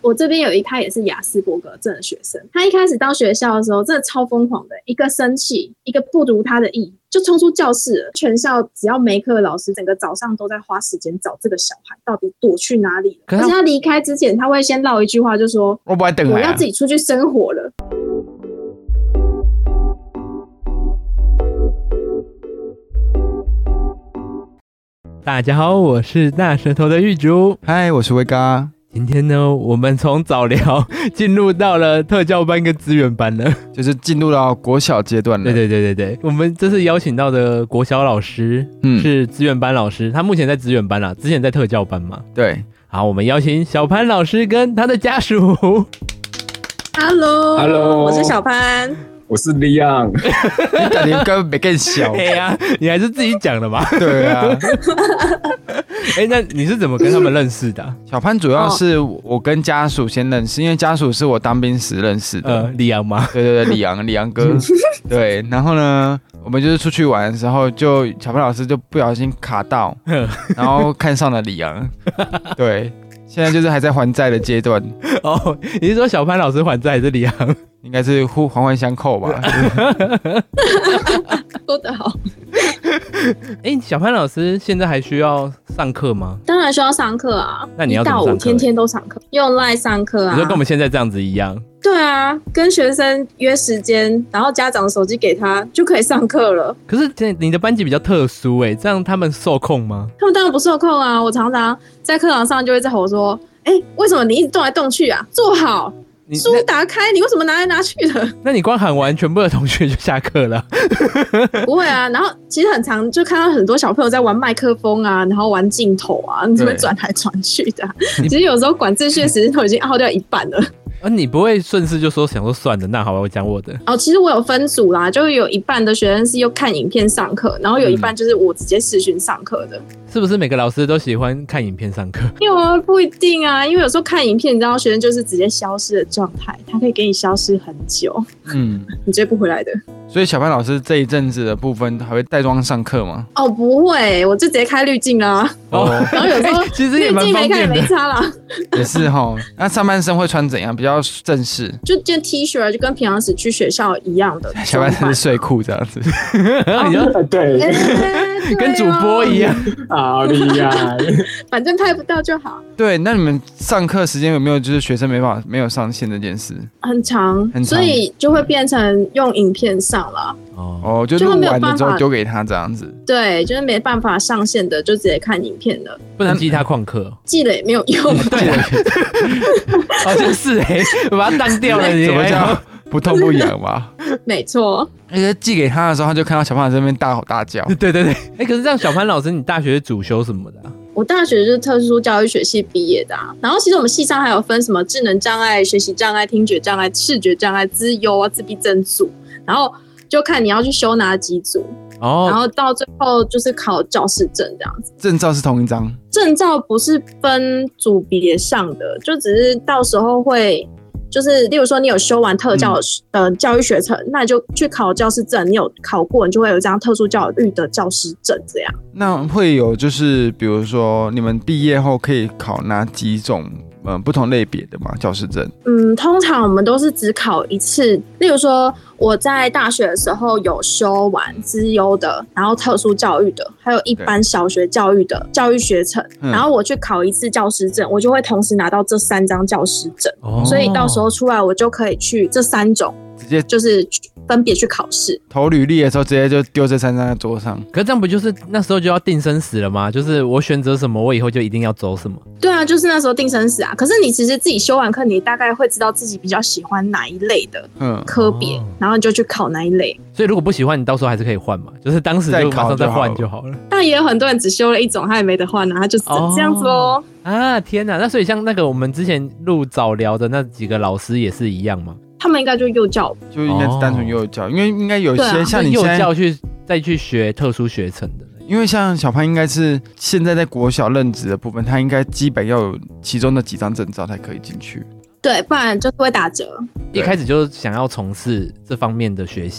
我这边他也是亚斯伯格症的学生，他一开始到学校的时候真的超疯狂的，一个生气，一个不读他的意就冲出教室了。全校只要没课的老师整个早上都在花时间找这个小孩到底躲去哪里了。而且他离开之前他会先唠一句话，就说我不爱等我要自己出去生活了。 大家好，我是大舌头的玉竹。 嗨，我是威嘎。 今天呢，我们从早疗进入到了特教班跟资源班了， 就是进入到国小阶段了。 对，我们这次邀请到的国小老师，是资源班老师，他目前在资源班啦，之前在特教班嘛。 对， 好，我们邀请小潘老师跟他的家属。 Hello， 我是小潘。 我是李昂， 你感觉跟没更小。 对呀，你还是自己讲的吧？ 对啊。 那你是怎么跟他们认识的小潘主要是我跟家属先认识，因为家属是我当兵时认识的。 李昂吗？ 对，李昂哥。对，然后呢，我们就是出去玩的时候，就小潘老师就不小心卡到，然后看上了李昂。对，现在就是还在还债的阶段。 哦，你是说小潘老师还债还是李昂？ 应该是环环相扣吧。 说得好。 小潘老师现在还需要上课吗？ 当然需要上课啊。 那你要怎么上课？ 1到5天天都上课，用 LINE 上课啊。 你说跟我们现在这样子一样？ 对啊，跟学生约时间，然后家长手机给他就可以上课了。 可是你的班级比较特殊这样他们受控吗？ 他们当然不受控啊。我常常在课堂上就会在吼说，为什么你一直动来动去啊？坐好，书打开，你为什么拿来拿去的？ 那你光喊完，全部的同学就下课了。 不会啊，然后其实很常就看到很多小朋友在玩麦克风啊，然后玩镜头啊，你这边转来转去的。其实有时候管秩序的时间都已经耗掉一半了。 你不会顺势就想说算了，那好吧，我讲我的。 其实我有分组啦，就有一半的学生是用看影片上课，然后有一半就是我直接视讯上课的。是不是每个老师都喜欢看影片上课？ 因为不一定啊，因为有时候看影片，你知道学生就是直接消失的状态，他可以给你消失很久，你追不回来的。 所以小潘老师这一阵子的部分还会带妆上课吗？ 不会，我就直接开滤镜啦。然后有时候其实也蛮方便的，滤镜没看也没差啦。 也是齁。那上半身会穿怎样？比较正式？ 就件 T 恤，就跟平常时去学校一样的。 小半身是睡裤这样子。 对， 跟主播一样。 好厉害。 反正拍不到就好。 对，那你们上课时间有没有就是学生没有上线这件事？ 很长，所以就会变成用影片上了。 就录完了之后丢给他这样子。 对，就是没办法上线的就直接看影片了。 不能记他旷课， 记了也没有用。 对，好像是我把它当掉了。 怎么叫不痛不痒嘛？ 没错。 寄给他的时候，他就看到小潘老师在那边大吼大叫。 对。可是这样，小潘老师，你大学是主修什么的我大学就是特殊教育学系毕业的然后其实我们系上还有分什么智能障碍、学习障碍、听觉障碍、视觉障碍、资优啊、自闭症组，然后就看你要去修哪几组。然后到最后就是考教师证这样子。 证照是同一张？ 证照不是分组别上的，就只是到时候会就是例如说你有修完特教的教育学程，那你就去考教师证，你有考过你就会有一张特殊教育的教师证这样。 那会有就是比如说你们毕业后可以考哪几种不同类别的嘛教师证？ 通常我们都是只考一次。例如说我在大学的时候有修完资优的，然后特殊教育的，还有一般小学教育的教育学程，然后我去考一次教师证，我就会同时拿到这3张教师证。所以到时候出来我就可以去这3种直接就是分别去考试。 投履历的时候直接就丢这3张在桌上。 可是这样不就是那时候就要定生死了吗？就是我选择什么，我以后就一定要走什么。 对啊，就是那时候定生死啊。可是你其实自己修完课，你大概会知道自己比较喜欢哪一类的科别，然后你就去考哪一类。 所以如果不喜欢，你到时候还是可以换嘛，就是当时就马上再换就好了。 但也有很多人只修了1种，他也没得换啊，他就这样子咯。 天哪！那所以像那个我们之前录早聊的那几个老师也是一样吗？ 他们应该就幼教， 就应该是单纯幼教，因为应该有些像你现在幼教再去学特殊学程的。 因为像小潘应该是现在在国小任职的部分，他应该基本要有其中的几张证照才可以进去。 对，不然就是会打折。 一开始就想要从事这方面的学习。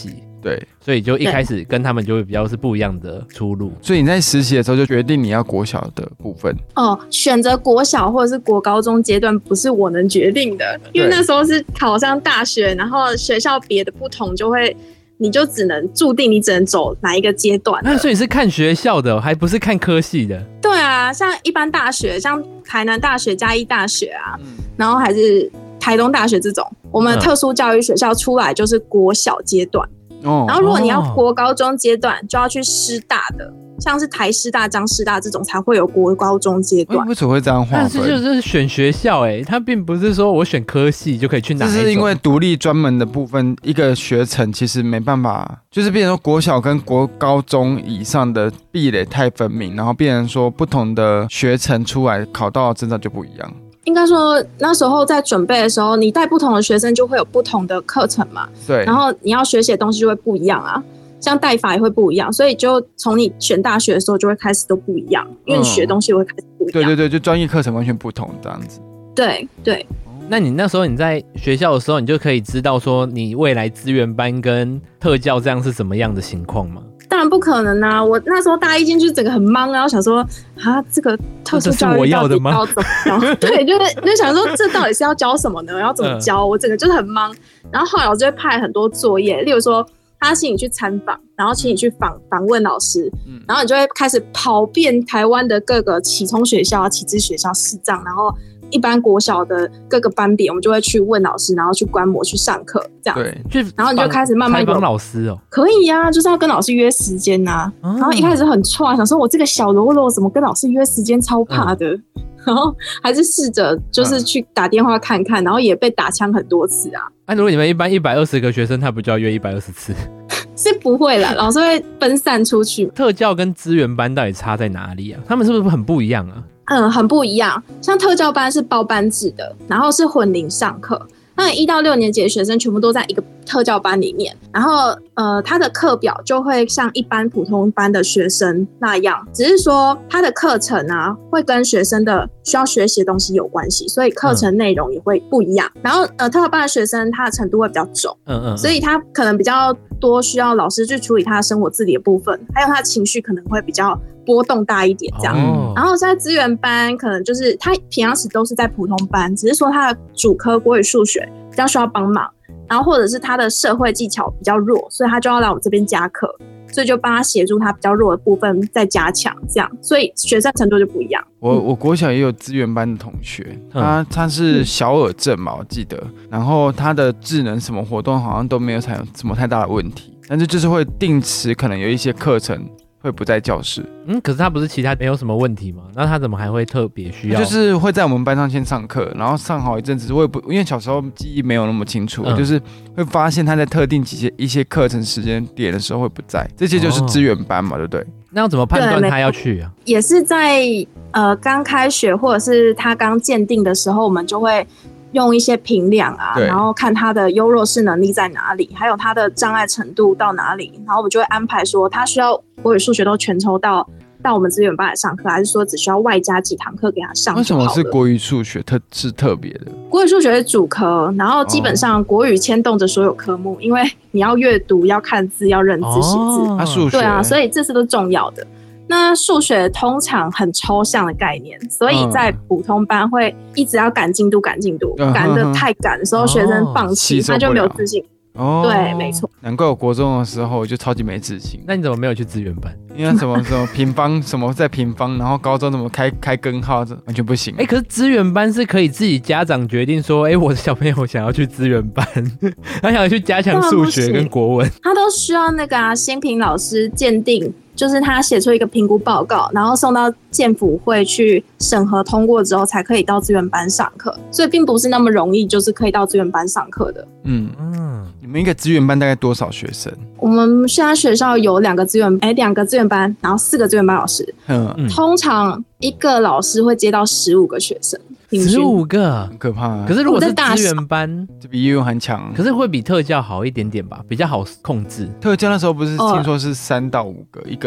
对， 所以就一开始跟他们就会比较是不一样的出路。 所以你在实习的时候就决定你要国小的部分选择国小或者是国高中阶段不是我能决定的，因为那时候是考上大学，然后学校别的不同你就注定你只能走哪一个阶段。 那所以是看学校的，还不是看科系的？ 对啊，像一般大学，像台南大学、嘉义大学啊，然后还是台东大学这种，我们特殊教育学校出来就是国小阶段。然后如果你要国高中阶段，就要去师大的，像是台师大、彰师大这种才会有国高中阶段。 为什么会这样划分？ 但是就是选学校它并不是说我选科系就可以去哪一种。 这是因为独立专门的部分，一个学程其实没办法，就是变成说国小跟国高中以上的壁垒太分明，然后变成说不同的学程出来考到的证照就不一样。 应该说那时候在准备的时候，你带不同的学生就会有不同的课程嘛， 对， 然后你要学习的东西就会不一样啊，像带法也会不一样，所以就从你选大学的时候就会开始都不一样，因为你学的东西会开始不一样。 对对对，就专业课程完全不同这样子。 对对。 那你那时候你在学校的时候，你就可以知道说你未来资源班跟特教这样是什么样的情况吗？ 当然不可能啊！我那时候大一进去整个很懵，然后想说这个特殊教育到底要怎么教？对，就想说这到底是要教什么呢？要怎么教？我整个就是很懵。然后后来老师会派很多作业，例如说他请你去参访，然后请你去访问老师，然后你就会开始跑遍台湾的各个启聪学校、启智学校、视障，然后一般国小的各个班别，我们就会去问老师，然后去观摩、去上课这样。 对， 然后你就开始慢慢采访老师哦。 可以啊，就是要跟老师约时间啊。然后一开始很挫，想说我这个小喽啰怎么跟老师约时间，超怕的。然后还是试着就是去打电话看看，然后也被打枪很多次啊。 如果你们一般120个学生，他不就要约120次？ 是不会啦，老师会分散出去。 特教跟资源班到底差在哪里啊？他们是不是很不一样啊？ 很不一样。像特教班是包班制的，然后是混龄上课。那1到6年级的学生全部都在一个特教班里面，然后他的课表就会像一般普通班的学生那样，只是说他的课程啊会跟学生的需要学习的东西有关系，所以课程内容也会不一样。然后特教班的学生他的程度会比较重，所以他可能比较多需要老师去处理他的生活自理的部分，还有他的情绪可能会比较波动大一点这样。然后在资源班可能就是他平常时都是在普通班，只是说他的主科国语数学比较需要帮忙，然后或者是他的社会技巧比较弱，所以他就要来我们这边加课，所以就帮他协助他比较弱的部分再加强这样，所以学生程度就不一样。 我国小也有资源班的同学，他是小耳症嘛，我记得，然后他的智能什么活动好像都没有产生什么太大的问题，但是就是会定时可能有一些课程会不在教室。 可是他不是其他没有什么问题吗？那他怎么还会特别需要？ 就是会在我们班上先上课，然后上好一阵子，我也不因为小时候记忆没有那么清楚，就是会发现他在特定一些课程时间点的时候会不在，这些就是资源班嘛，对不对？ 那要怎么判断他要去啊？ 也是在刚开学或者是他刚鉴定的时候，我们就会用一些评量啊，然后看他的优弱势能力在哪里，还有他的障碍程度到哪里，然后我们就会安排说他需要国语数学都全抽到我们资源班来上课，还是说只需要外加几堂课给他上就好了。为什么是国语数学是特别的？ 国语数学是主科，然后基本上国语牵动着所有科目，因为你要阅读、要看字、要认字、写字， 数学对啊，所以这是都重要的。那数学通常很抽象的概念，所以在普通班会一直要赶进度，赶得太赶的时候，学生放弃，他就没有自信。对，没错。 难怪我国中的时候我就超级没自信。 那你怎么没有去资源班？ 因为什么平方什么在平方，然后高中怎么开根号，完全不行。 可是资源班是可以自己家长决定说，我的小朋友想要去资源班，他想要去加强数学跟国文， 他都需要那个新评老师鉴定。就是他写出一个评估报告，然后送到建辅会去审核通过之后，才可以到资源班上课，所以并不是那么容易，就是可以到资源班上课的。 你们一个资源班大概多少学生？ 我们现在学校有2个资源班，然后4个资源班老师。通常一个老师会接到15个学生。 15个， 很可怕。 可是如果是资源班， 就比幼还强。 可是会比特教好一点点吧，比较好控制。 特教那时候不是听说是3到5个一个人？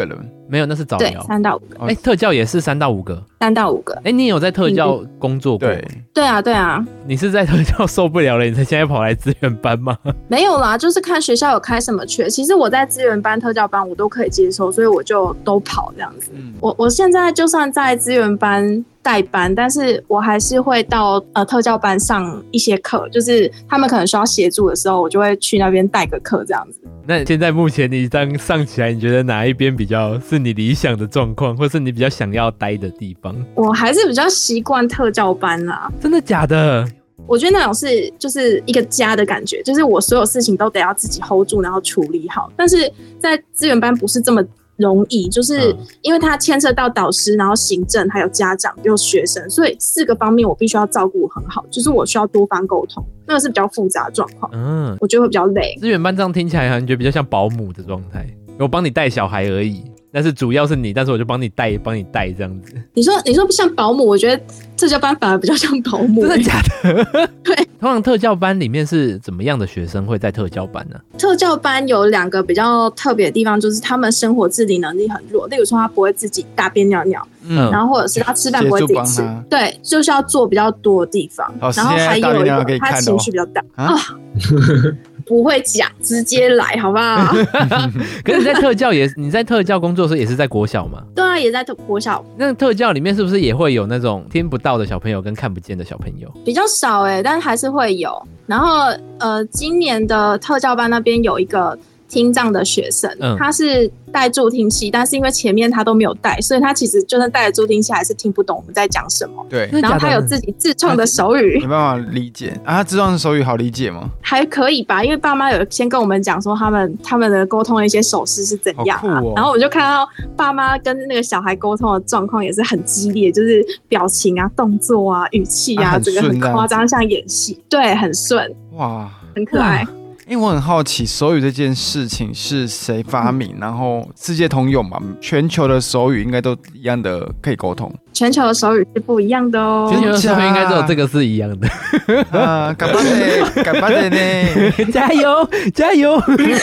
没有，那是早对疗。 3到5个。 哎，特教也是3到5个。 3到5个。 哎，你有在特教工作过？ 对啊，对啊。 你是在特教受不了了，你才现在跑来资源班吗？ 没有啦，就是看学校有开什么缺。其实我在资源班、特教班我都可以接受，所以我就都跑这样子。我现在就算在资源班代班，但是我还是会到特教班上一些课，就是他们可能需要协助的时候，我就会去那边带个课这样子。 那现在目前你当上起来，你觉得哪一边比较是你理想的状况，或是你比较想要待的地方？ 我还是比较习惯特教班啦。 真的假的？ 我觉得那种是就是一个家的感觉，就是我所有事情都得要自己 hold 住，然后处理好。但是在资源班不是这么容易，就是因为它牵涉到导师，然后行政，还有家长，又学生，所以4个方面我必须要照顾很好，就是我需要多方沟通，那个是比较复杂的状况。我觉得会比较累。 资源班这样听起来好像觉得比较像保姆的状态，我帮你带小孩而已。但是主要是你，但是我就帮你带这样子。你说像保姆，我觉得特教班反而比较像保姆。 真的假的？ 对。 通常特教班里面是怎么样的学生会在特教班呢？ 特教班有2个比较特别的地方，就是他们生活自理能力很弱，例如说他不会自己大便尿尿，然后或者是他吃饭不会自己吃，对，就是要做比较多的地方。然后还有一个他情绪比较大啊。不会讲，直接来好不好？ 可是你在特教你在特教工作的时候也是在国小吗？ 对啊，也在国小。 那特教里面是不是也会有那种听不到的小朋友跟看不见的小朋友？ 比较少但还是会有。然后今年的特教班那边有一个听障的学生，他是带助听器，但是因为前面他都没有带，所以他其实就算带了助听器还是听不懂我们在讲什么。 对， 然后他有自己自创的手语， 没办法理解啊。他自创的手语好理解吗？ 还可以吧，因为爸妈有先跟我们讲说他们的沟通的一些手势是怎样然后我就看到爸妈跟那个小孩沟通的状况也是很激烈，就是表情啊、动作啊、语气啊，这个很夸张，像演戏，对，很顺，哇，很可爱。 因为我很好奇，手语这件事情是谁发明？然后世界通用嘛，全球的手语应该都一样的可以沟通。 全球的手语是不一样的哦， 全球的手语应该只有这个是一样的。 干巴的呢， 加油加油！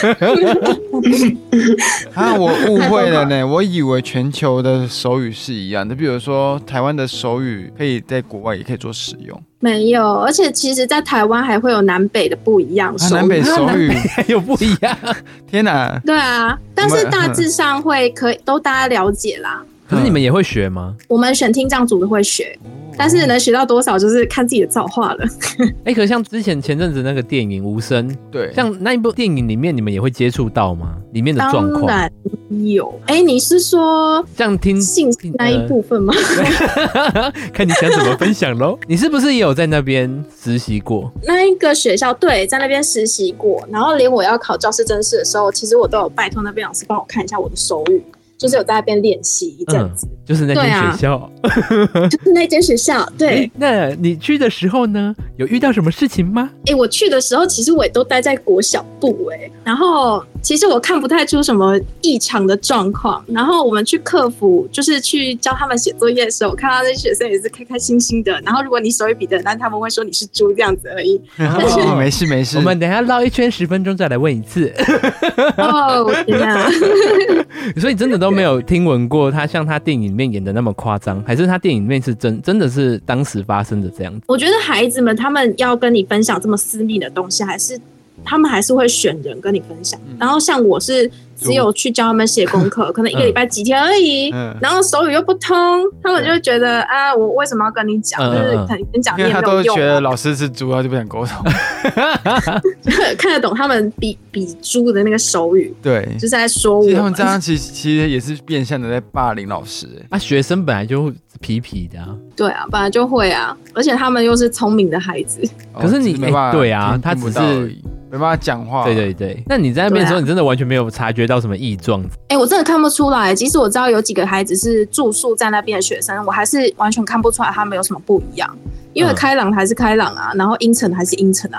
我误会了呢，我以为全球的手语是一样的，比如说台湾的手语可以在国外也可以做使用。 没有，而且其实在台湾还会有南北的不一样手语， 南北手语还有不一样。 天哪！ 对啊，但是大致上可以都大家了解啦。 可是你们也会学吗？ 我们选听障组的会学，但是能学到多少就是看自己的造化了。 可是像之前前阵子那个电影《无声》， 对， 像那一部电影里面，你们也会接触到吗？里面的状况？ 当然有。你是说像听性那一部分吗？ 看你想怎么分享咯。你是不是也有在那边实习过？ 那一个学校对，在那边实习过，然后连我要考教师甄试的时候，其实我都有拜托那边老师帮我看一下我的手语。就是有在那边练习一阵子， 就是那间学校， 就是那间学校。对， 那你去的时候呢，有遇到什么事情吗？ 我去的时候，其实我也都待在国小部然后其实我看不太出什么异常的状况。然后我们去客服，就是去教他们写作业的时候，我看到那些学生也是开开心心的。然后如果你手语比得很烂，他们会说你是猪这样子而已。 没事没事， 我们等一下绕一圈10分钟再来问一次。 哦天哪！ 所以真的都没有听闻过他像他电影里面演的那么夸张，还是他电影里面是真的是当时发生的这样子？ 我觉得孩子们他们要跟你分享这么私密的东西，他们还是会选人跟你分享。然后像我是只有去教他们写功课，可能1个礼拜几天而已，然后手语又不通，他们就会觉得我为什么要跟你讲？就是可能跟讲你也没有用。 因为他都觉得老师是猪，他就不想沟通。 看得懂他们比猪的那个手语， 对， 就是在说我们。 其实他们这样其实也是变相的在霸凌老师。 学生本来就皮皮的啊。 对啊，本来就会啊，而且他们又是聪明的孩子。 可是你对啊，他只是没办法讲话。 对对对，那你在那边的时候，你真的完全没有察觉到什么异状？ 我真的看不出来。即使我知道有几个孩子是住宿在那边的学生，我还是完全看不出来他们有什么不一样。因为开朗还是开朗啊，然后阴沉还是阴沉啊，所以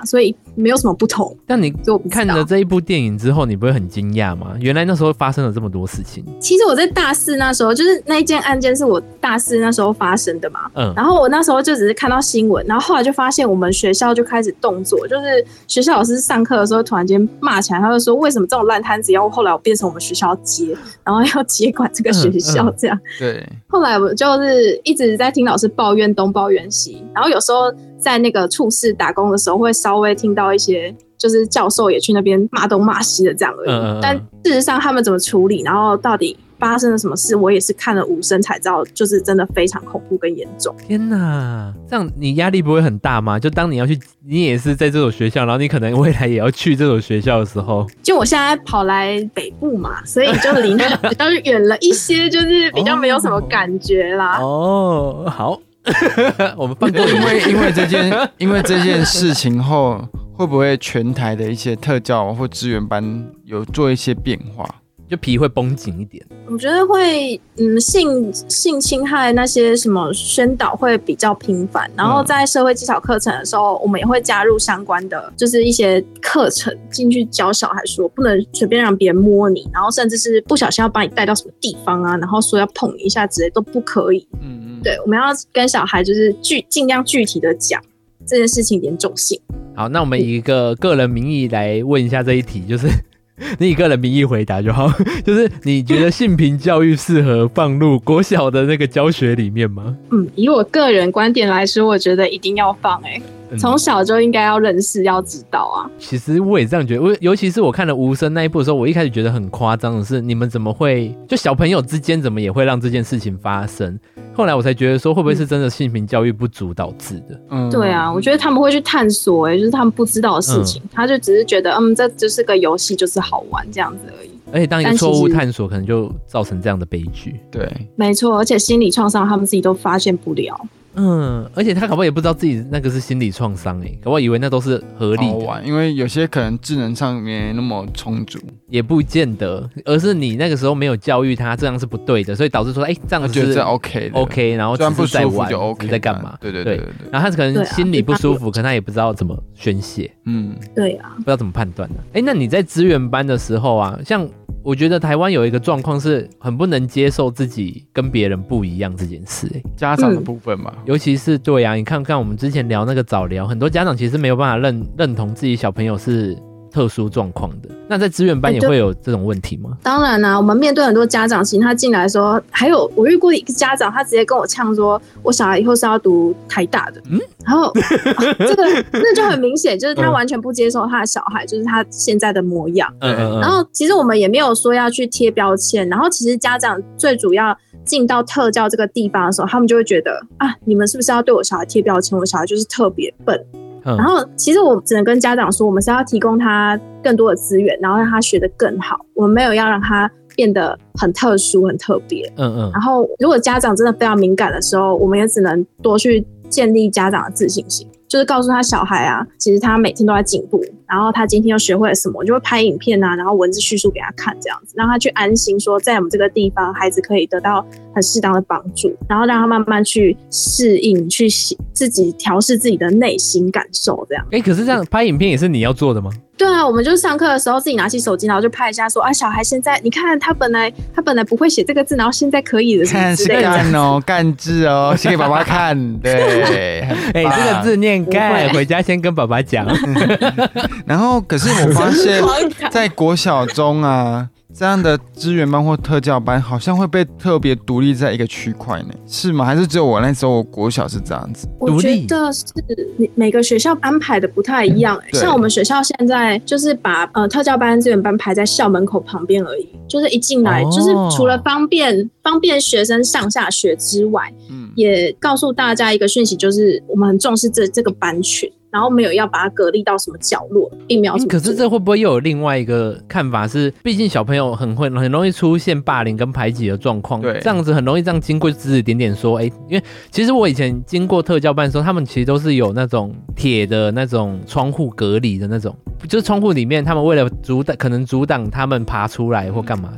没有什么不同。 但你看了这一部电影之后，你不会很惊讶吗？原来那时候发生了这么多事情。 其实我在大4那时候，就是那一件案件是我大4那时候发生的嘛。然后我那时候就只是看到新闻，然后后来就发现我们学校就开始动作，就是学校老师上课的时候突然间骂起来，他就说为什么这种烂摊子要后来我变成我们学校接，然后要接管这个学校这样。 对。 后来我就是一直在听老师抱怨东抱怨西，然后有时候在那个处室打工的时候，会稍微听到一些就是教授也去那边骂东骂西的这样而已。但事实上他们怎么处理，然后到底发生了什么事，我也是看了无声才知道，就是真的非常恐怖跟严重。 天哪，这样你压力不会很大吗？就当你要去，你也是在这所学校，然后你可能未来也要去这所学校的时候， 就我现在跑来北部嘛，所以就离那比较远了一些，就是比较没有什么感觉啦。 好。我们放过因为这件事情后，会不会全台的一些特教或支援班有做一些变化？ 就皮会绷紧一点。 我觉得会，性侵害那些什么宣导会比较频繁，然后在社会技巧课程的时候，我们也会加入相关的，就是一些课程进去教小孩说，不能随便让别人摸你，然后甚至是不小心要把你带到什么地方啊，然后说要碰你一下之类都不可以。对，我们要跟小孩就是尽量具体的讲这件事情严重性。 好，那我们以一个个人名义来问一下这一题，就是你以个人名义回答就好，就是你觉得性平教育适合放入国小的那个教学里面吗？ 以我个人观点来说，我觉得一定要放从小就应该要认识要知道啊。 其实我也这样觉得，尤其是我看了无声那一部的时候，我一开始觉得很夸张的是，你们怎么会就小朋友之间怎么也会让这件事情发生？后来我才觉得说，会不会是真的性平教育不足导致的？ 对啊，我觉得他们会去探索就是他们不知道的事情，他就只是觉得这就是个游戏，就是好玩这样子而已。 而且当一个错误探索，可能就造成这样的悲剧。 对， 没错，而且心理创伤他们自己都发现不了。 而且他搞不好也不知道自己那个是心理创伤搞不好以为那都是合理的， 因为有些可能智能上没那么充足， 也不见得，而是你那个时候没有教育他这样是不对的，所以导致说这样子觉得这 OK， 然后只是在玩，就 OK， 在干嘛？ 对。 然后他可能心里不舒服，可能他也不知道怎么宣泄， 对啊， 不知道怎么判断的。那你在资源班的时候啊，像我觉得台湾有一个状况是很不能接受自己跟别人不一样这件事， 家长的部分嘛， 尤其是对啊，你看看我们之前聊那个早疗，很多家长其实没有办法认同自己小朋友是特殊状况的。那在资源班也会有这种问题吗？当然我们面对很多家长，其实他进来的时候，还有我遇过一个家长，他直接跟我呛说，我小孩以后是要读台大的。然后这个那就很明显，就是他完全不接受他的小孩就是他现在的模样。然后其实我们也没有说要去贴标签，然后其实家长最主要进到特教这个地方的时候，他们就会觉得你们是不是要对我小孩贴标签？我小孩就是特别笨。然后其实我只能跟家长说，我们是要提供他更多的资源，然后让他学得更好，我们没有要让他变得很特殊很特别。然后如果家长真的非常敏感的时候，我们也只能多去建立家长的自信心，就是告诉他小孩其实他每天都在进步，然后他今天又学会了什么，我就会拍影片然后文字叙述给他看，这样子让他去安心说在我们这个地方孩子可以得到很适当的帮助，然后让他慢慢去适应，去自己调试自己的内心感受这样。 可是这样拍影片也是你要做的吗？ 对啊，我们就上课的时候自己拿起手机，然后就拍一下说小孩现在你看他本来不会写这个字，然后现在可以了， 看是干干字写给爸爸看。对， 这个字念干，回家先跟爸爸讲。 然后可是我发现在国小中这样的资源班或特教班好像会被特别独立在一个区块呢，是吗？还是只有我那时候我国小是这样子？ 我觉得是每个学校安排的不太一样像我们学校现在就是把特教班资源班排在校门口旁边而已，就是一进来就是除了方便学生上下学之外，也告诉大家一个讯息，就是我们很重视这个班群，然后没有要把它隔离到什么角落，并没有。 可是这会不会又有另外一个看法是，毕竟小朋友很容易出现霸凌跟排挤的状况，这样子很容易这样经过指指点点说，因为其实我以前经过特教班的时候，他们其实都是有那种铁的那种窗户隔离的那种，就是窗户里面他们为了可能阻挡他们爬出来或干嘛的。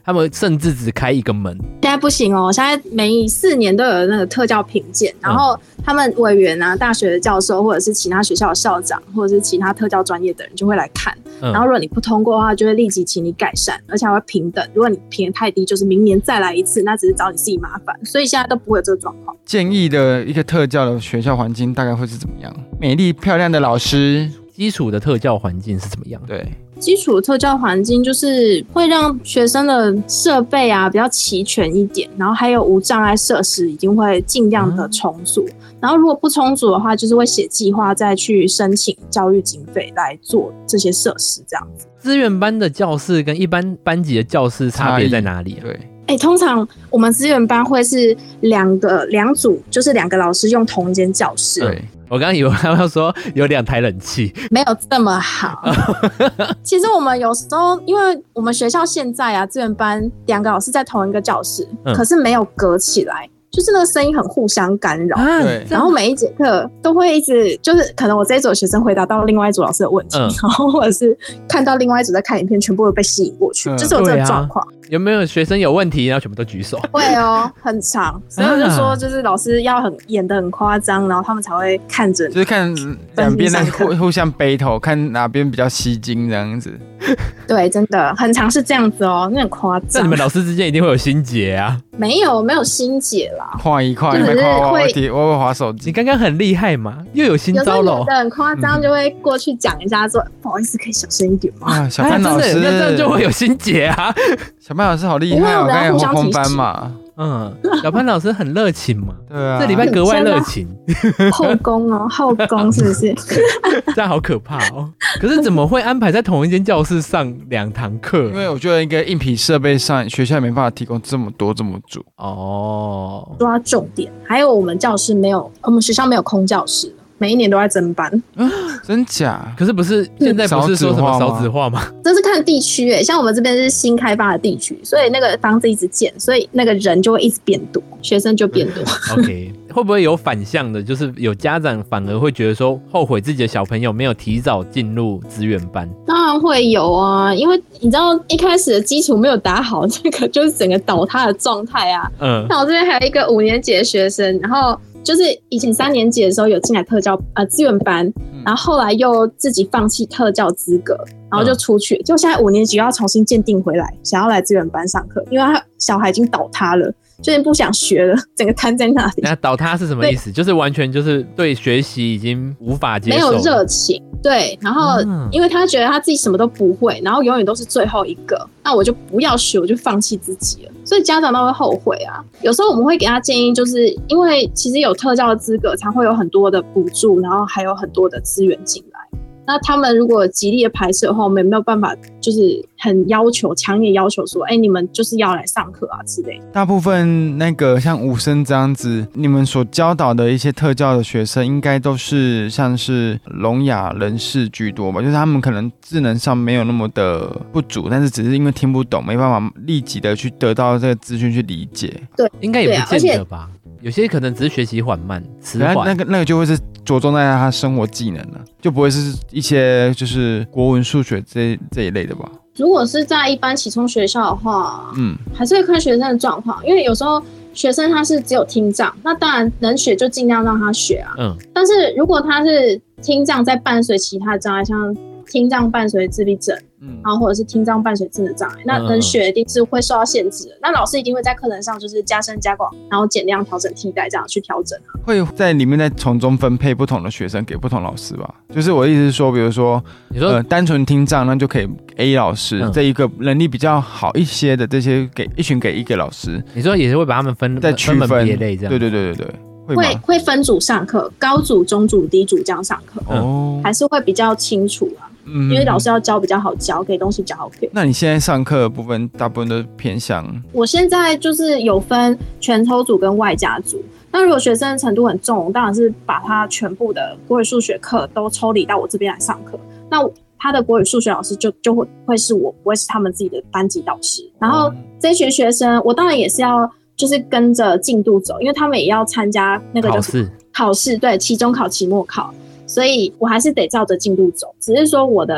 他们甚至只开一个门。 现在不行哦，现在每4年都有那个特教评鉴，然后他们委员啊、大学的教授或者是其他学校的校长或者是其他特教专业的人就会来看，然后如果你不通过的话，就会立即请你改善，而且还会平等。如果你评得太低，就是明年再来一次，那只是找你自己麻烦。所以现在都不会有这个状况。 建议的一个特教的学校环境大概会是怎么样？美丽漂亮的老师， 基础的特教环境是怎么样？ 对。 基础的特教环境就是会让学生的设备啊比较齐全一点，然后还有无障碍设施一定会尽量的充足，然后如果不充足的话，就是会写计划再去申请教育经费来做这些设施这样子。 资源班的教室跟一般班级的教室差别在哪里啊？ 对， 通常我们资源班会是两组，就是2个老师用同一间教室。 对。 我刚刚以为他们说有2台冷气， 没有这么好。其实我们有时候，因为我们学校现在啊，资源班2个老师在同一个教室，可是没有隔起来。就是那个声音很互相干扰， 对， 然后每一节课都会一直就是可能我这一组的学生回答到另外一组老师的问题，然后或者是看到另外一组在看影片，全部都被吸引过去，就是有这个状况。 有没有学生有问题，然后全部都举手？ 会哦，很长，所以我就说，就是老师要演得很夸张，然后他们才会看着你， 就是看两边在互相 battle， 看哪边比较吸睛这样子。 对，真的很常是这样子哦，那很夸张。 那你们老师之间一定会有心结啊？ 没有心结啦， 跨一跨，你们跨我会滑手机。 你刚刚很厉害嘛，又有新招了。 有的很夸张，就会过去讲一下说，不好意思，可以小声一点吗？ 小潘老师， 那这样就会有心结啊。 小潘老师好厉害，我刚才有红班嘛。 小潘老师很热情嘛， 对啊， 这礼拜格外热情。 后宫哦，后宫是不是？ 这样好可怕哦。可是怎么会安排在同一间教室上2堂课？ 因为我觉得一个硬体设备上，学校没办法提供这么多这么足。 哦， 说到重点，还有我们教室没有，我们学校没有空教室。每一年都在增班， 真假？ 可是不是现在不是说什么少子化吗？ 这是看地区诶，像我们这边是新开发的地区，所以那个房子一直建，所以那个人就会一直变多，学生就变多。 OK， 会不会有反向的，就是有家长反而会觉得说后悔自己的小朋友没有提早进入资源班？ 当然会有啊，因为你知道一开始的基础没有打好，这个就是整个倒塌的状态啊。那我这边还有一个5年级的学生，然后。就是以前3年级的时候有进来特教资源班，然后后来又自己放弃特教资格，然后就出去，就现在5年级又要重新鉴定回来，想要来资源班上课，因为他小孩已经倒塌了，就是不想学了，整个瘫在那里。 那倒塌是什么意思？就是完全就是对学习已经无法接受， 没有热情。对，然后因为他觉得他自己什么都不会，然后永远都是最后一个，那我就不要学，我就放弃自己了。所以家长都会后悔啊。有时候我们会给他建议，就是因为其实有特教的资格，才会有很多的补助，然后还有很多的资源进来。那他们如果极力的排斥的话，我们也没有办法，就是很强烈要求说，你们就是要来上课啊之类的。 大部分那个像武生这样子，你们所教导的一些特教的学生，应该都是像是聋哑人士居多吧？就是他们可能智能上没有那么的不足，但是只是因为听不懂，没办法立即的去得到这个资讯去理解。 对， 应该也不见得吧。有些可能只是学习缓慢、迟缓， 那个就会是着重在他生活技能了，就不会是一些就是国文、数学这一类的吧。 如果是在一般启聪学校的话，还是会看学生的状况，因为有时候学生他是只有听障，那当然能学就尽量让他学啊。但是如果他是听障再伴随其他障碍，像听障伴随自闭症，然后或者是听障伴随智能障碍，那能学一定是会受到限制的。那老师一定会在课程上就是加深加广，然后减量调整替代这样去调整啊。 会在里面再从中分配不同的学生给不同老师吧。就是我的意思是说，比如说单纯听障，那就可以 A 老师，这一个能力比较好一些的这些一群给一个老师。 你说也是会把他们再区分别类这样？ 对。 会分组上课，高组、中组、低组这样上课，还是会比较清楚啊。因为老师要教比较好教，给东西比较好给。 那你现在上课的部分大部分都偏向？ 我现在就是有分全抽组跟外加组。那如果学生程度很重，我当然是把他全部的国语数学课都抽离到我这边来上课。那他的国语数学老师就会是我，不会是他们自己的班级导师。然后这群学生，我当然也是要就是跟着进度走，因为他们也要参加那个考试，对，期中考、期末考。所以我还是得照着进度走，只是说我的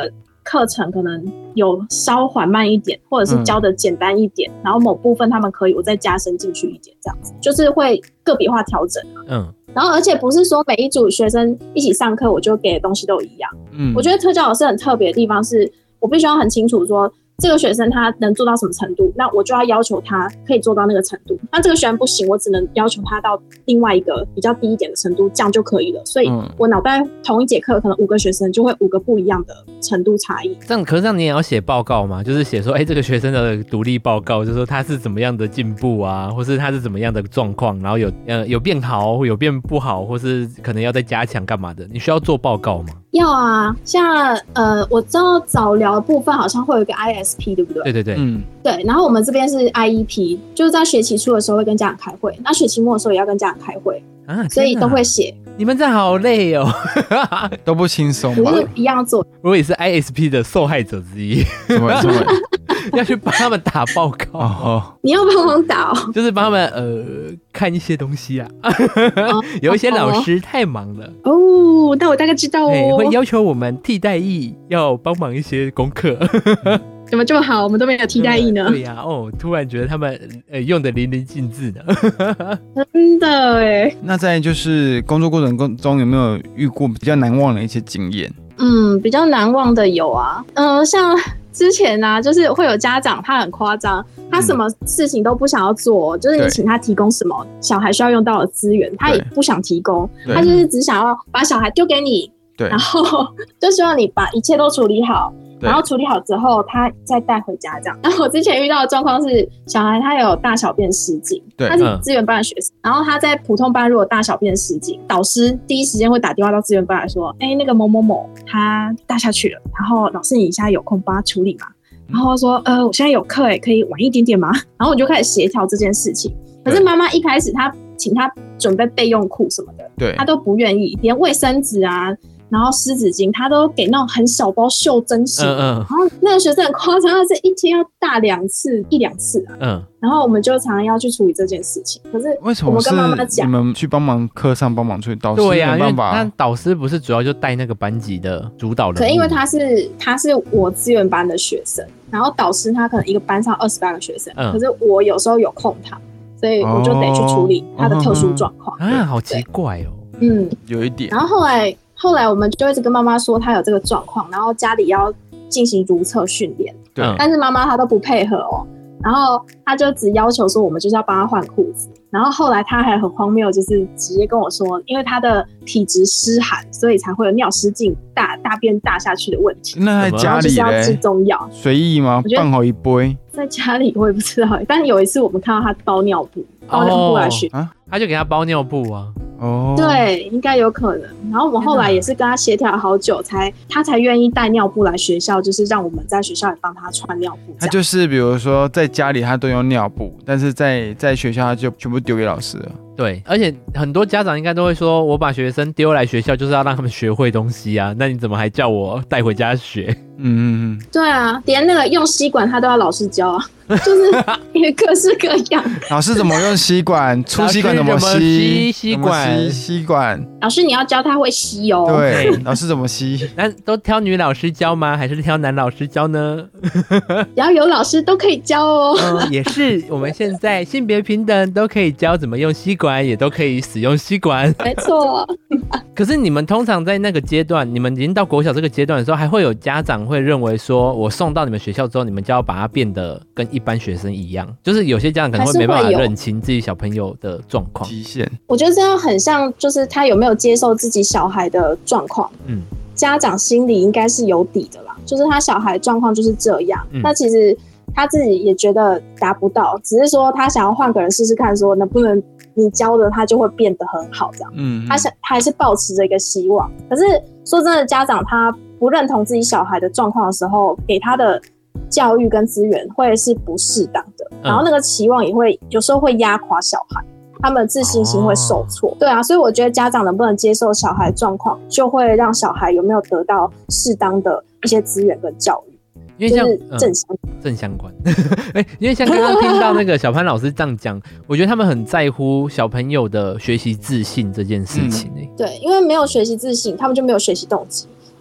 课程可能有稍缓慢一点，或者是教的简单一点，然后某部分他们可以我再加深进去一点，这样子就是会个别化调整。然后而且不是说每一组学生一起上课我就给的东西都一样。我觉得特教老师很特别的地方是，我必须要很清楚说这个学生他能做到什么程度，那我就要要求他可以做到那个程度。那这个学生不行，我只能要求他到另外一个比较低一点的程度，这样就可以了。所以我脑袋同一节课可能5个学生就会5个不一样的程度差异。 可是这样你也要写报告吗？就是写说这个学生的独立报告，就是说他是怎么样的进步啊，或是他是怎么样的状况，然后有变好有变不好，或是可能要再加强干嘛的，你需要做报告吗？ 要啊，像我知道早疗的部分好像会有一个 ISP， 对不对？ 对， 对。然后我们这边是 IEP， 就是在学期初的时候会跟家长开会，那学期末的时候也要跟家长开会所以都会写。 你们这样好累哦， 都不轻松吧？ 我是一样做。 我也是 ISP 的受害者之一， 什么要去帮他们打报告。 你要帮忙打哦？ 就是帮他们看一些东西啊。有一些老师太忙了哦，那我大概知道哦。 会要求我们替代役要帮忙一些功课。 怎么这么好？我们都没有替代役呢？ 对呀，突然觉得他们用的淋漓尽致呢。 真的耶。 那在就是工作过程中有没有遇过比较难忘的一些经验？ 比较难忘的有啊，像之前啊，就是会有家长他很夸张，他什么事情都不想要做，就是你请他提供什么小孩需要用到的资源，他也不想提供，他就是只想要把小孩丢给你，然后就希望你把一切都处理好。然后处理好之后他再带回家这样。然后我之前遇到的状况是，小孩他有大小便失禁，他是资源班的学生，然后他在普通班如果大小便失禁，导师第一时间会打电话到资源班来说，那个某某某他大下去了，然后老师你现在有空帮他处理吗？然后说我现在有课可以晚一点点吗？然后我就开始协调这件事情。可是妈妈一开始他请他准备备用裤什么的，他都不愿意，连卫生纸啊然后湿纸巾他都给那种很小包袖珍型，然后那个学生很夸张，他是一天要大1-2次然后我们就常常要去处理这件事情。可是我们跟妈妈讲， 你们去帮忙课上帮忙处理，导师对呀， 没办法。 那导师不是主要就带那个班级的主导人物？ 可因为他是我资源班的学生，然后导师他可能一个班上28个学生，可是我有时候有空堂，所以我就得去处理他的特殊状况好奇怪哦。 有一点。 然后后来我们就一直跟妈妈说她有这个状况，然后家里要进行如厕训练，但是妈妈她都不配合哦，然后她就只要求说我们就是要帮她换裤子，然后后来她还很荒谬，就是直接跟我说，因为她的体质湿寒，所以才会有尿失禁、大便大下去的问题。 那在家里就是要吃中药， 随意吗？放好一杯。 在家里我也不知道，但是有一次我们看到她包尿布来学， 他就给她包尿布啊。 对，应该有可能。然后我们后来也是跟他协调好久，他才愿意带尿布来学校，就是让我们在学校也帮他穿尿布。 他就是比如说在家里他都用尿布，但是在学校他就全部丢给老师了。 对，而且很多家长应该都会说，我把学生丢来学校就是要让他们学会东西啊，那你怎么还叫我带回家学？ 对啊，连那个用吸管他都要老师教啊，就是也各式各样。 老师怎么用吸管？出吸管怎么吸？ 吸管？ 吸管。 老师你要教他会吸哦。 对，老师怎么吸？ 那都挑女老师教吗？还是挑男老师教呢？ 只要有老师都可以教哦。 也是，我们现在性别平等，都可以教怎么用吸管，也都可以使用吸管。 没错。 可是你们通常在那个阶段，你们已经到国小这个阶段的时候，还会有家长会认为说，我送到你们学校之后，你们就要把它变得跟一般学生一样，就是有些家长可能会没办法认清自己小朋友的状况极限。 我觉得这样很像，就是他有没有接受自己小孩的状况。家长心里应该是有底的啦，就是他小孩状况就是这样。那其实他自己也觉得达不到，只是说他想要换个人试试看，说能不能你教的他就会变得很好这样。他还是抱持着一个希望。可是说真的，家长他不认同自己小孩的状况的时候，给他的教育跟资源会是不适当的，然后那个期望也会有时候会压垮小孩，他们自信心会受挫。对啊，所以我觉得家长能不能接受小孩状况，就会让小孩有没有得到适当的一些资源跟教育。 因为像就是正相关因为像刚刚听到那个小潘老师这样讲，我觉得他们很在乎小朋友的学习自信这件事情。 对，因为没有学习自信，他们就没有学习动机。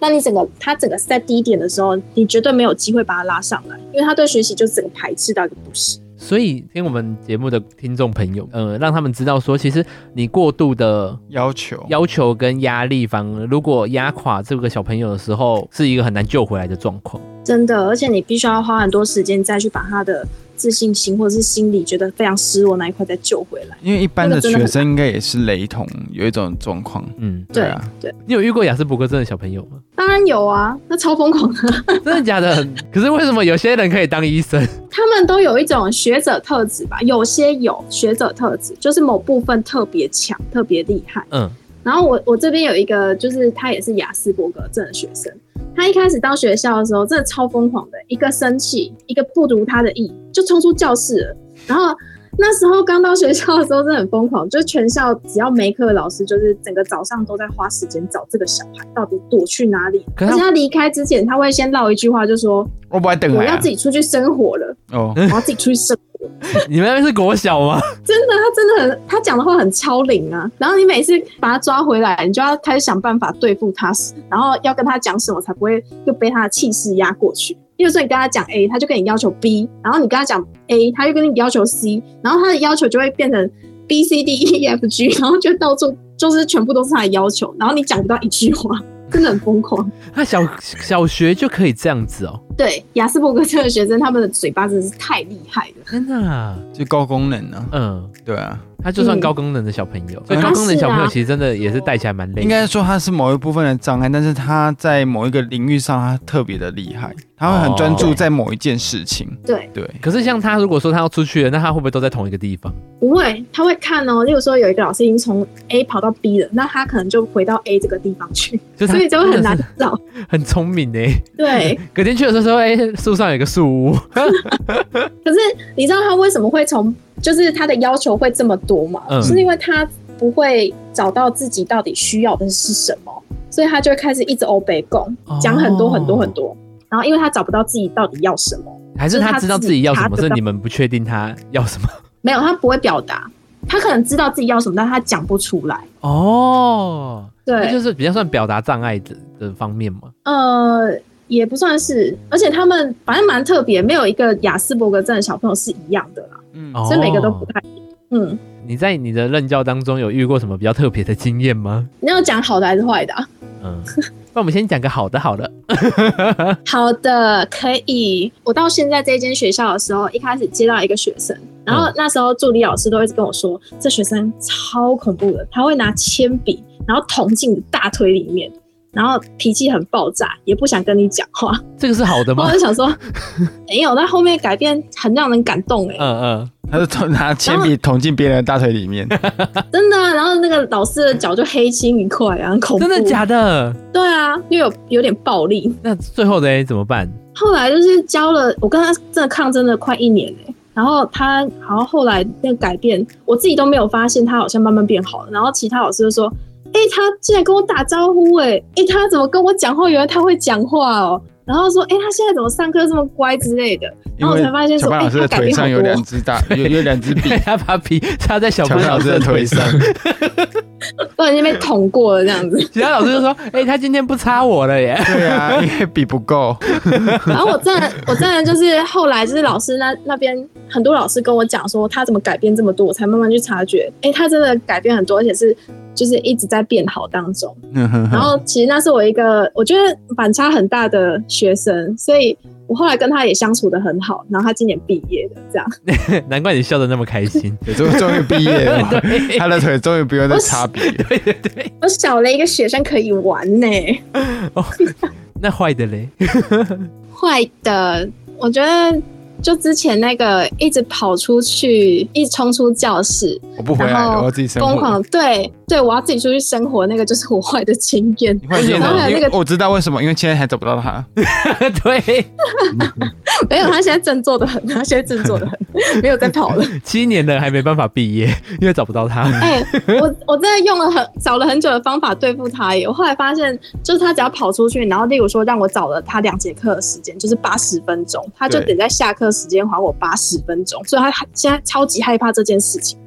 那你他整个是在低点的时候，你绝对没有机会把他拉上来，因为他对学习就整个排斥到一个不行。 所以听我们节目的听众朋友，让他们知道说，其实你过度的要求跟压力，反而如果压垮这个小朋友的时候，是一个很难救回来的状况。 真的，而且你必须要花很多时间再去把他的自信心或者是心理觉得非常失落那一块再救回来。 因为一般的学生应该也是雷同，有一种状况。 对啊，对。 你有遇过亚斯伯格症的小朋友吗？ 当然有啊，那超疯狂的。 真的假的？可是为什么有些人可以当医生？ 他们都有一种学者特质吧，有些有学者特质，就是某部分特别强、特别厉害。然后我这边有一个，就是他也是亚斯伯格症的学生。他一开始到学校的时候，真的超疯狂的，一个生气，一个不如他的意，就冲出教室了。然后那时候刚到学校的时候，真的很疯狂，就是全校只要没课的老师，就是整个早上都在花时间找这个小孩到底躲去哪里。而且他离开之前，他会先唠一句话，就说：“ 我不爱等， 我要自己出去生活了。”我要自己出去生活。 你们那边是国小吗？ 真的，他真的他讲的话很超龄啊。然后你每次把他抓回来，你就要开始想办法对付他，然后要跟他讲什么才不会又被他的气势压过去。例如说你跟他讲 A， 他就跟你要求 B， 然后你跟他讲 A， 他就跟你要求 C， 然后他的要求就会变成 B C D E F G， 然后就到处就是全部都是他的要求，然后你讲不到一句话。真的很疯狂。 他小学就可以这样子哦？ 对，亚斯伯格症的学生，他们的嘴巴真的是太厉害了， 真的啊， 就高功能啊。对啊， 他就算高功能的小朋友，所以高功能小朋友其实真的也是带起来蛮累的。 应该说他是某一部分的障碍，但是他在某一个领域上他特别的厉害，他会很专注在某一件事情。 对。 可是像他如果说他要出去了，那他会不会都在同一个地方？ 不会，他会看哦。例如说有一个老师已经从 A 跑到 B 了，那他可能就回到 A 这个地方去，所以就会很难找。 很聪明欸。 对。 隔天去的时候，树上有一个树屋。 可是你知道他为什么会就是他的要求会这么多吗？是因为他不会找到自己到底需要的是什么，所以他就会开始一直欧北共讲很多很多很多，然后因为他找不到自己到底要什么， 还是他知道自己要什么，是你们不确定他要什么？ 没有，他不会表达，他可能知道自己要什么，但他讲不出来。对， 就是比较算表达障碍的方面吗？ 也不算是，而且他们反正蛮特别，没有一个亚斯伯格症的小朋友是一样的啦。所以每个都不太一样。 你在你的任教当中有遇过什么比较特别的经验吗？ 你要讲好的还是坏的？ 那我们先讲个好的好了。 好的，可以。我到现在这间学校的时候，一开始接到一个学生，然后那时候助理老师都一直跟我说，这学生超恐怖的，他会拿铅笔然后捅进你大腿里面，然后脾气很爆炸，也不想跟你讲话。 这个是好的吗？ 我就想说没有，但后面改变很让人感动。 他就拿铅笔捅进别人的大腿里面。 真的啊，然后那个老师的脚就黑青一块啊，很恐怖。 真的假的？ 对啊，因为有点暴力。 那最后的怎么办？ 后来就是教了，我跟他真的抗争了快1年然后他好像后来那个改变，我自己都没有发现他好像慢慢变好了。然后其他老师就说，他竟然跟我打招呼他怎么跟我讲话？原来他会讲话哦。然后说，他现在怎么上课这么乖之类的。然后我才发现说， 小潘老师的腿上有2支有2支笔， 他把笔插在小潘老师的腿上， 都已经被捅过了这样子。 其他老师就说，他今天不插我了耶。 对啊，因为笔不够。 然后我真的就是后来就是老师那边很多老师跟我讲说，他怎么改变这么多，我才慢慢去察觉，他真的改变很多，而且是就是一直在变好当中。然后其实那是我一个我觉得反差很大的学生，所以我后来跟他也相处得很好，然后他今年毕业了，这样。 难怪你笑得那么开心。 终于毕业了，他的腿终于不用再擦笔了。 对， 我少了一个学生可以玩呢。 那坏的嘞？ 坏的，我觉得就之前那个一直跑出去，一直冲出教室， 我不回来了，我要自己生活。 疯狂，对，我要自己出去生活，那个就是我坏的经验。 然后还有那个，我知道为什么，因为现在还找不到他。 对， 没有，他现在振作的很，没有在跑了。 7年了还没办法毕业，因为找不到他。 我真的找了很久的方法对付他耶。我后来发现，就是他只要跑出去，然后例如说让我找了他2节课的时间，就是80分钟，他就得在下课时间还我80分钟，所以他现在超级害怕这件事情的。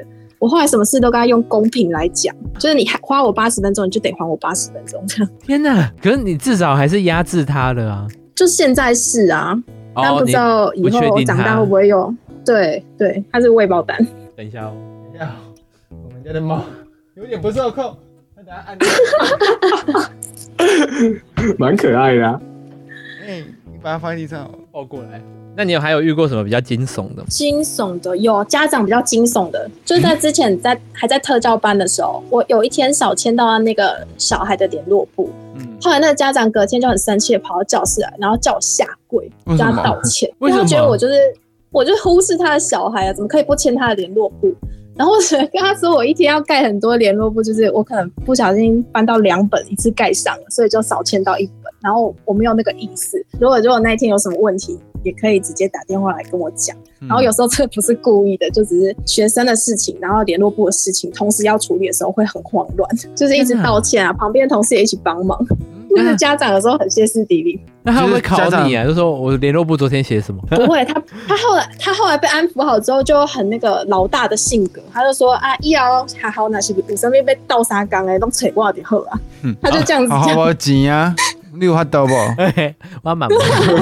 我后来什么事都跟他用公平来讲，就是你花我80分钟，你就得还我80分钟这样。 天哪！可是你至少还是压制他了啊。 就现在是啊，但不知道以后长大会不会有。对，他是未爆弹。 等一下哦， 我们家的猫有点不受控，它等下按。 蛮可爱的啊。 你把它放在地上， 抱过来。那你还有遇过什么比较惊悚的？ 惊悚的有家长比较惊悚的，就是在之前还在特教班的时候，我有一天少签到那个小孩的联络簿，后来那个家长隔天就很生气的跑到教室来，然后叫我下跪，叫他道歉，因为他觉得我就忽视他的小孩啊，怎么可以不签他的联络簿？然后我跟他说，我一天要盖很多联络簿，就是我可能不小心搬到2本一次盖上了，所以就少签到1本。然后我没有那个意思，如果那一天有什么问题，也可以直接打电话来跟我讲。然后有时候这不是故意的，就只是学生的事情，然后联络簿的事情同时要处理的时候会很慌乱，就是一直道歉啊，旁边同事也一起帮忙。就是家长有时候很歇斯底里。 那他会不会考你啊？就说我联络簿昨天写什么？ 不会，他后来被安抚好之后，就很那个老大的性格，他就说啊，以后还好那是有上面被倒沙缸都找我就好啊。他就这样子讲。 好钱啊！你有法度不？ 我蛮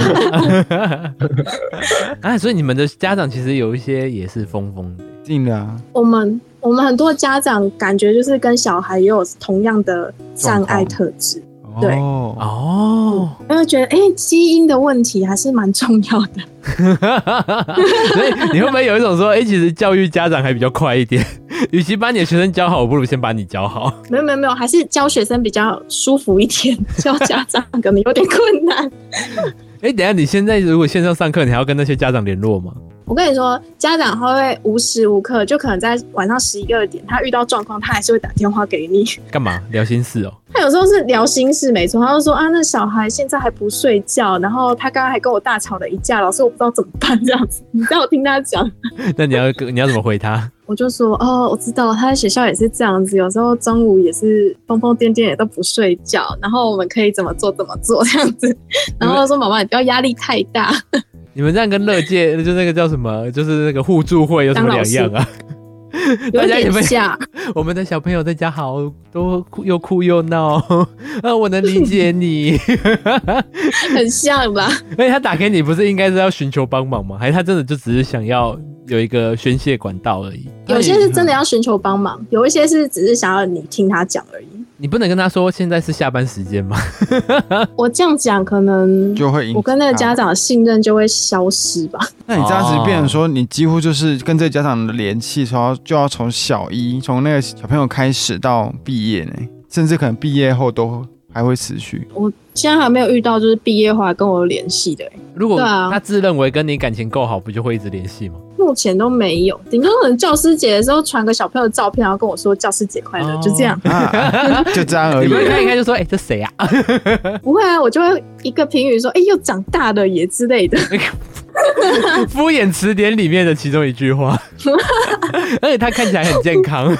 啊，所以你们的家长其实有一些也是疯的。 定的啊。 我们很多家长感觉就是跟小孩也有同样的障碍特质。对因为觉得基因的问题还是蛮重要的。 所以你会不会有一种说其实教育家长还比较快一点，与其把你的学生教好，我不如先把你教好。 没有，还是教学生比较舒服一点，教家长可能有点困难。 等一下你现在如果线上上课，你还要跟那些家长联络吗？ 我跟你说，家长他会无时无刻，就可能在晚上11、12点，他遇到状况，他还是会打电话给你。 干嘛？聊心事哦。 他有时候是聊心事，没错。他就说啊，那小孩现在还不睡觉，然后他刚刚还跟我大吵了一架，老师我不知道怎么办这样子。你知道我听他讲， 那你要怎么回他？ 我就说我知道他在学校也是这样子，有时候中午也是疯疯癫癫，也都不睡觉。然后我们可以怎么做这样子。然后说妈妈，你不要压力太大。 你们这样跟乐界就那个叫什么，就是那个互助会有什么两样啊？ 有点像。 我们的小朋友在家好都又哭又闹我能理解你。 很像吧？ 而且他打给你不是应该是要寻求帮忙吗？还是他真的就只是想要有一个宣泄管道而已？ 有些是真的要寻求帮忙，有一些是只是想要你听他讲而已。 你不能跟他说现在是下班时间吗？ 我这样讲可能就会我跟那个家长的信任就会消失吧。 那你这样子变成说，你几乎就是跟这个家长的联系就要从小一，从那个小朋友开始到毕业呢，甚至可能毕业后都还会持续。 我现在还没有遇到就是毕业后来跟我有联系的。 如果他自认为跟你感情够好，不就会一直联系吗？ 目前都没有，顶多可能教师节的时候传个小朋友的照片，然后跟我说教师节快乐，就这样。 就这样而已。 你们看一看就说这谁啊？ 不会啊，我就会一个评语说又长大了耶之类的。 敷衍词典里面的其中一句话。而且他看起来很健康。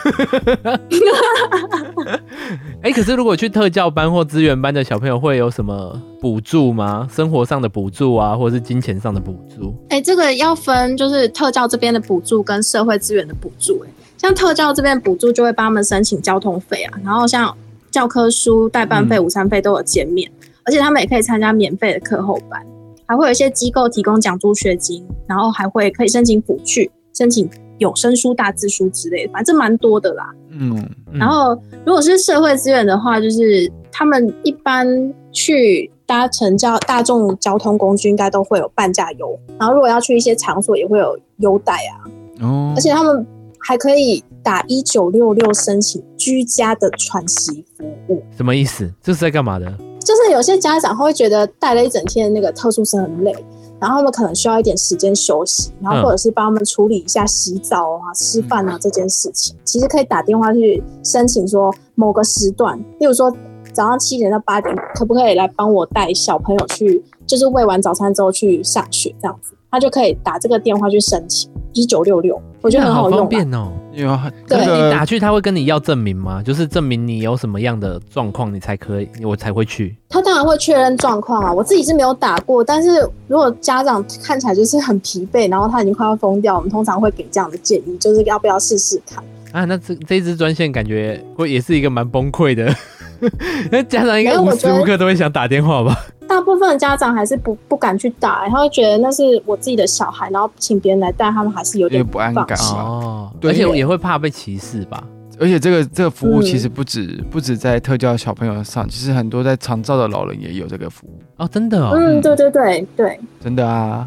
可是如果去特教班或资源班的小朋友会有什么补助吗？生活上的补助啊，或者是金钱上的补助？ 这个要分，就是特教这边的补助跟社会资源的补助。像特教这边补助就会帮他们申请交通费啊，然后像教科书、代办费、午餐费都有减免，而且他们也可以参加免费的课后班，还会有一些机构提供奖助学金，然后还会可以申请辅具、申请有声书、大字书之类的，反正蛮多的啦。然后如果是社会资源的话，就是他们一般去搭乘大众交通工具应该都会有半价优，然后如果要去一些场所也会有优待啊。而且他们还可以打1966申请居家的喘息服务。 什么意思？这是在干嘛的？ 就是有些家长会觉得带了一整天的那个特殊生很累，然后他们可能需要一点时间休息，然后或者是帮他们处理一下洗澡啊、吃饭啊这件事情，其实可以打电话去申请说某个时段，例如说早上7点到8点，可不可以来帮我带小朋友去，就是喂完早餐之后去上学这样子，他就可以打这个电话去申请1966，我觉得很好用。 好方便哦。对，你打去他会跟你要证明吗？就是证明你有什么样的状况，我才会去。他当然会确认状况啊，我自己是没有打过，但是如果家长看起来就是很疲惫，然后他已经快要疯掉，我们通常会给这样的建议，就是要不要试试看。 啊，那这一支专线感觉也是一个蛮崩溃的，那家长应该无时无刻都会想打电话吧？ 大部分的家长还是不敢去打，他会觉得那是我自己的小孩，然后请别人来带，他们还是有点不安感哦，而且也会怕被歧视吧。 而且这个服务其实不止在特教小朋友上，其实很多在长照的老人也有这个服务哦，真的哦， 对， 真的啊。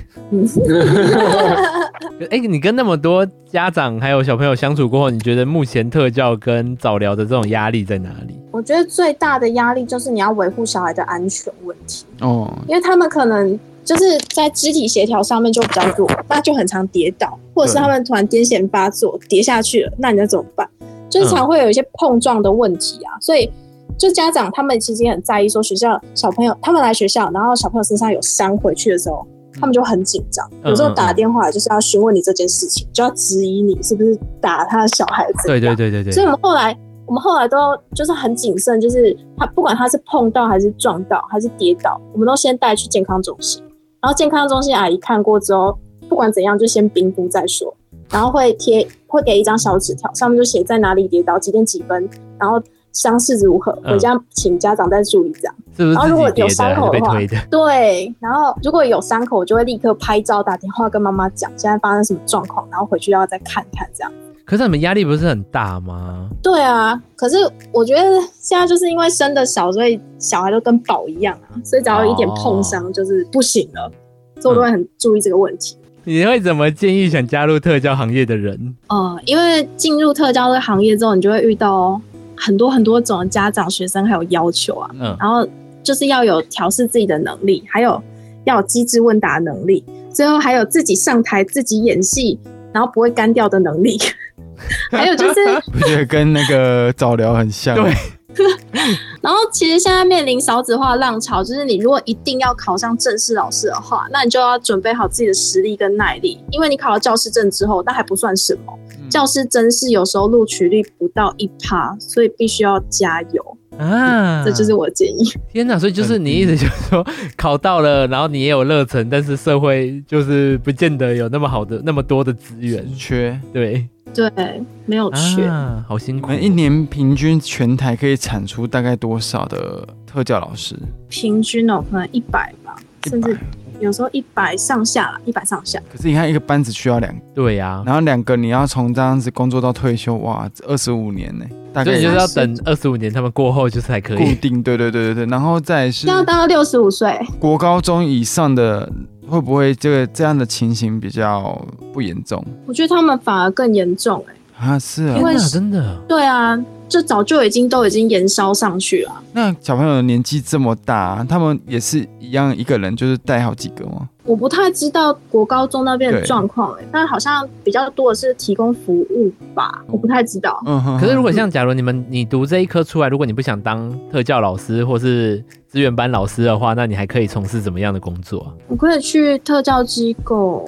你跟那么多家长还有小朋友相处过后，你觉得目前特教跟早疗的这种压力在哪里？ 我觉得最大的压力就是你要维护小孩的安全问题哦， 因为他们可能就是在肢体协调上面就比较弱，那就很常跌倒，或者是他们突然癫痫发作跌下去了，那你要怎么办？就是常会有一些碰撞的问题啊，所以就家长他们其实也很在意，说学校小朋友他们来学校，然后小朋友身上有伤回去的时候，他们就很紧张，有时候打电话就是要询问你这件事情，就要质疑你是不是打他的小孩子。 对。 所以我们后来都就是很谨慎，就是他不管他是碰到还是撞到还是跌倒，我们都先带去健康中心，然后健康中心阿姨看过之后，不管怎样就先评估再说，然后会给一张小纸条，上面就写在哪里跌倒，几点几分，然后伤势如何，回家请家长再注意这样。 是不是？ 然后如果有伤口的话，对，然后如果有伤口，我就会立刻拍照打电话跟妈妈讲现在发生什么状况，然后回去要再看看这样。 可是你们压力不是很大吗？ 对啊，可是我觉得现在就是因为生的少，所以小孩都跟宝一样啊，所以只要有一点碰伤就是不行了，所以我都会很注意这个问题。 你会怎么建议想加入特教行业的人？ 因为进入特教这个行业之后，你就会遇到很多种的家长、学生还有要求啊，然后就是要有调试自己的能力，还有要有机智问答能力，最后还有自己上台自己演戏，然后不会干掉的能力。还有就是我觉得跟那个早疗很像。 对。 然后其实现在面临少子化浪潮，就是你如果一定要考上正式老师的话，那你就要准备好自己的实力跟耐力，因为你考了教师证之后那还不算什么，教师甄试有时候录取率不到1%，所以必须要加油啊！这就是我的建议。 天哪，所以就是你意思就是说考到了，然后你也有热忱，但是社会就是不见得有那么好的那么多的资源， 缺。 对，没有缺啊，好辛苦。 一年平均全台可以产出大概多少的特教老师？ 平均可能100吧，甚至有时候100上下啦，100上下。 可是你看一个班只需要2个， 对呀， 然后2个你要从这样子工作到退休，哇，25年呢，大概所以就是要等25年他们过后就是才可以固定。对，然后再来是要当到65岁， 国高中以上的。会不会这样的情形比较不严重？ 我觉得他们反而更严重是啊， 因为真的对啊，就早就都已经延烧上去了。 那小朋友的年纪这么大，他们也是一样一个人就是带好几个吗？ 我不太知道国高中那边的状况但好像比较多的是提供服务吧，我不太知道。 可是如果像假如你读这一科出来，如果你不想当特教老师或是资源班老师的话，那你还可以从事怎么样的工作啊？ 我可以去特教机构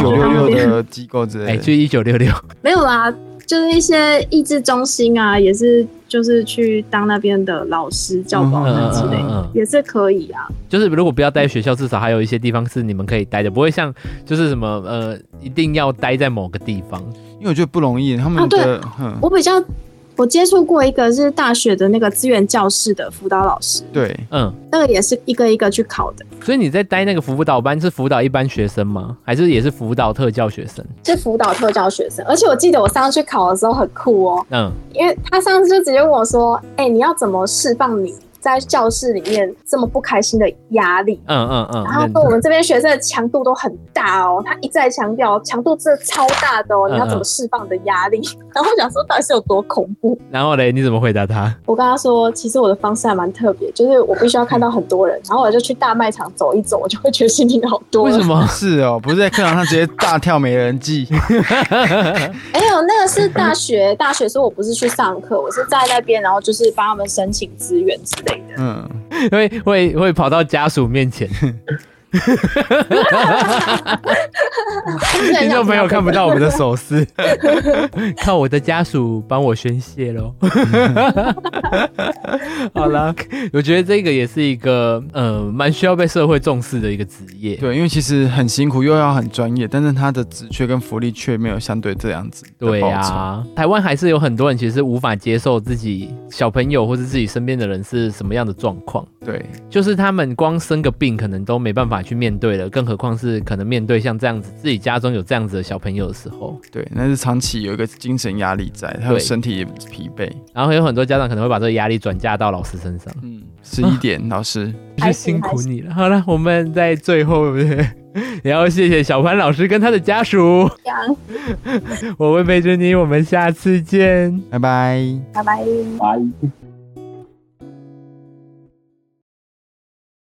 ，1966的机构之类的。 去1966 没有啦，就是一些益智中心啊，也是就是去当那边的老师、教保人之类的，也是可以啊。 就是如果不要待学校，至少还有一些地方是你们可以待的，不会像就是什么一定要待在某个地方。 因为我觉得不容易，他们的我接触过一个是大学的那个资源教室的辅导老师， 对， 那个也是一个一个去考的。 所以你在待那个辅导班是辅导一般学生吗？还是也是辅导特教学生？ 是辅导特教学生，而且我记得我上次去考的时候很酷哦，因为他上次就直接问我说，你要怎么释放你在教室里面这么不开心的压力？然后说我们这边学生的强度都很大哦，他一再强调强度真的超大的哦，你要怎么释放你的压力？然后我想说到底是有多恐怖？ 然后嘞，你怎么回答他？ 我跟他说，其实我的方式还蛮特别，就是我必须要看到很多人，然后我就去大卖场走一走，我就会觉得心情好多了。 为什么？ 是哦，不是在课堂上直接大跳美人计。 没有，那个是大学，所以我不是去上课，我是在那边，然后就是帮他们申请资源之类的。 会跑到家属面前。 听众朋友看不到我们的手势，靠我的家属帮我宣泄咯。好啦，我觉得这个也是一个蛮需要被社会重视的一个职业。 对，因为其实很辛苦又要很专业，但是他的职缺跟福利却没有相对这样子的报酬。对啊， 台湾还是有很多人其实无法接受自己小朋友或是自己身边的人是什么样的状况。 对， 就是他们光生个病可能都没办法去面对了，更何况是可能面对像这样子自己家中有这样子的小朋友的时候。 对，那是长期有一个精神压力在，还有身体也疲惫， 然后有很多家长可能会把这个压力转嫁到老师身上。 11点老师就辛苦你了。好了，我们在最后也要谢谢小潘老师跟他的家属。我会陪着你，我们下次见， 拜拜， 拜拜， 拜。